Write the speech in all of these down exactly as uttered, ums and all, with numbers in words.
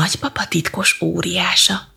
Nagypapa titkos óriása.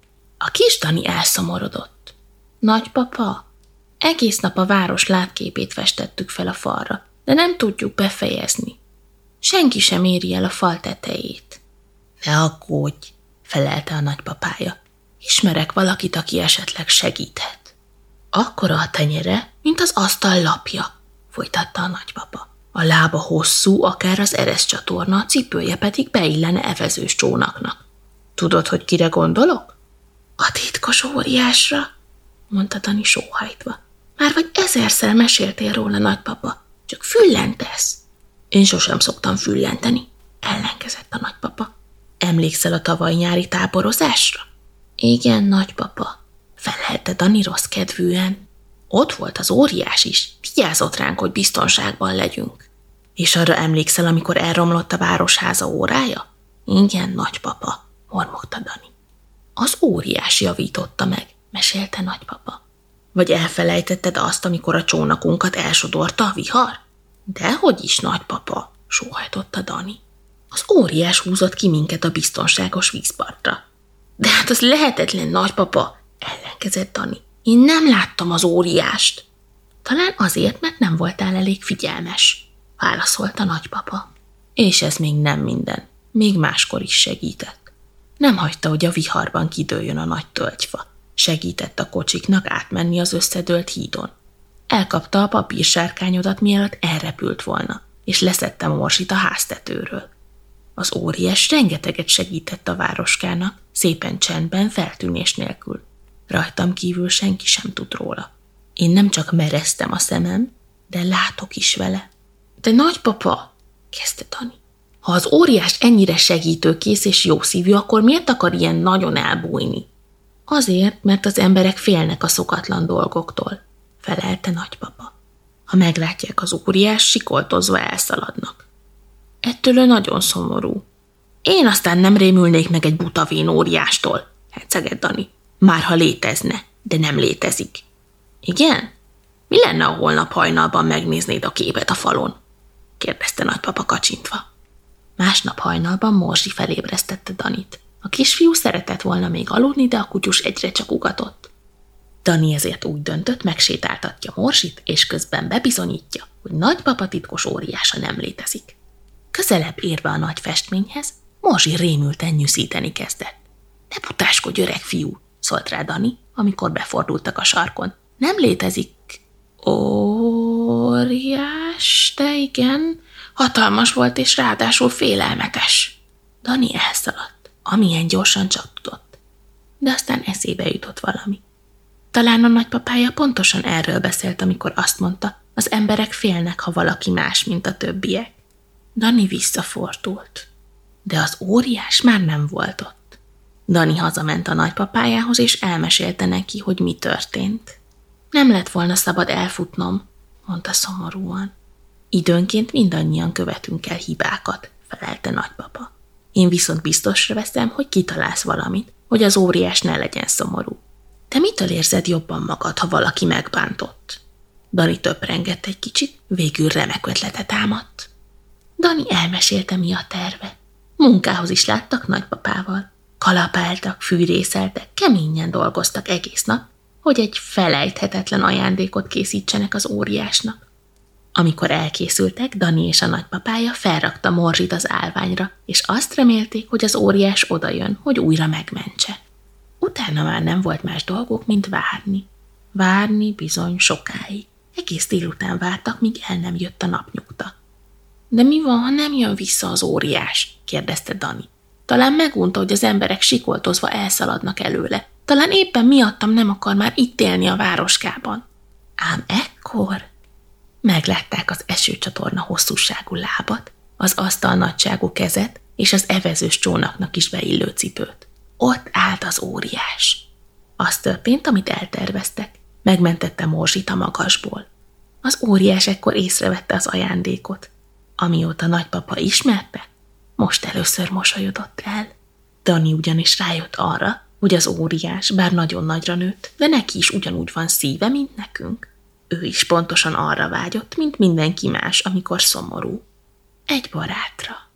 A kis Dani elszomorodott. Nagypapa, egész nap a város látképét festettük fel a falra, de nem tudjuk befejezni. Senki sem éri el a fal tetejét. Ne aggódj, felelte a nagypapája. Ismerek valakit, aki esetleg segíthet. Akkora a tenyere, mint az asztal lapja, folytatta a nagypapa. A lába hosszú, akár az ereszcsatorna, a cipője pedig beillene evezős csónaknak. Tudod, hogy kire gondolok? A titkos óriásra, mondta Dani sóhajtva. Már vagy ezerszer meséltél róla, nagypapa, csak füllentesz. Én sosem szoktam füllenteni, ellenkezett a nagypapa. Emlékszel a tavaly nyári táborozásra? Igen, nagypapa, felelte Dani rossz kedvűen. Ott volt az óriás is, vigyázott ránk, hogy biztonságban legyünk. És arra emlékszel, amikor elromlott a városháza órája? Igen, nagypapa, mormogta Dani. Az óriás javította meg, mesélte nagypapa. Vagy elfelejtetted azt, amikor a csónakunkat elsodorta a vihar? Dehogy is, nagypapa, sóhajtotta Dani. Az óriás húzott ki minket a biztonságos vízpartra. De hát az lehetetlen, nagypapa, ellenkezett Dani. Én nem láttam az óriást. Talán azért, mert nem voltál elég figyelmes, válaszolta nagypapa. És ez még nem minden, még máskor is segített. Nem hagyta, hogy a viharban kidőljön a nagy tölgyfa. Segített a kocsiknak átmenni az összedőlt hídon. Elkapta a papírsárkányodat, mielőtt elrepült volna, és leszedte Morsit a háztetőről. Az óriás rengeteget segített a városkának, szépen csendben, feltűnés nélkül. Rajtam kívül senki sem tud róla. Én nem csak mereztem a szemem, de látok is vele. De nagypapa, kezdte Dani, ha az óriás ennyire segítőkész és jószívű, akkor miért akar ilyen nagyon elbújni? Azért, mert az emberek félnek a szokatlan dolgoktól, felelte nagypapa. Ha meglátják az óriás, sikoltozva elszaladnak. Ettől ő nagyon szomorú. Én aztán nem rémülnék meg egy buta vén óriástól, hercegett Dani. Már ha létezne, de nem létezik. Igen? Mi lenne, ha holnap hajnalban megnéznéd a képet a falon? Kérdezte nagypapa kacsintva. Másnap hajnalban Morzsi felébresztette Danit. A kisfiú szeretett volna még aludni, de a kutyus egyre csak ugatott. Dani ezért úgy döntött, megsétáltatja Morzsit, és közben bebizonyítja, hogy nagypapa titkos óriása nem létezik. Közelebb érve a nagy festményhez, Morzsi rémülten nyűszíteni kezdett. Ne butáskodj, öreg fiú, szólt rá Dani, amikor befordultak a sarkon. Nem létezik. Óriás, de igen, hatalmas volt és ráadásul félelmetes. Dani elszaladt, amilyen gyorsan csak tudott. De aztán eszébe jutott valami. Talán a nagypapája pontosan erről beszélt, amikor azt mondta, az emberek félnek, ha valaki más, mint a többiek. Dani visszafordult, de az óriás már nem volt ott. Dani hazament a nagypapájához, és elmesélte neki, hogy mi történt. Nem lett volna szabad elfutnom, mondta szomorúan. Időnként mindannyian követünk el hibákat, felelte nagypapa. Én viszont biztosra veszem, hogy kitalálsz valamit, hogy az óriás ne legyen szomorú. Te mitől érzed jobban magad, ha valaki megbántott? Dani töprengett egy kicsit, végül remek ötlete támadt. Dani elmesélte, mi a terve. Munkához is láttak nagypapával. Kalapáltak, fűrészeltek, keményen dolgoztak egész nap, hogy egy felejthetetlen ajándékot készítsenek az óriásnak. Amikor elkészültek, Dani és a nagypapája felrakta Morzsit az állványra, és azt remélték, hogy az óriás odajön, hogy újra megmentse. Utána már nem volt más dolguk, mint várni. Várni bizony sokáig. Egész délután vártak, míg el nem jött a napnyugta. De mi van, ha nem jön vissza az óriás? Kérdezte Dani. Talán megunta, hogy az emberek sikoltozva elszaladnak előle. Talán éppen miattam nem akar már itt élni a városkában. Ám ekkor meglátták az esőcsatorna hosszúságú lábat, az asztal nagyságú kezet és az evezős csónaknak is beillő cipőt. Ott állt az óriás. Az történt, amit elterveztek. Megmentette Morzsit a magasból. Az óriás ekkor észrevette az ajándékot. Amióta nagypapa ismerte, most először mosolyodott el. Dani ugyanis rájött arra, hogy az óriás bár nagyon nagyra nőtt, de neki is ugyanúgy van szíve, mint nekünk. Ő is pontosan arra vágyott, mint mindenki más, amikor szomorú. Egy barátra.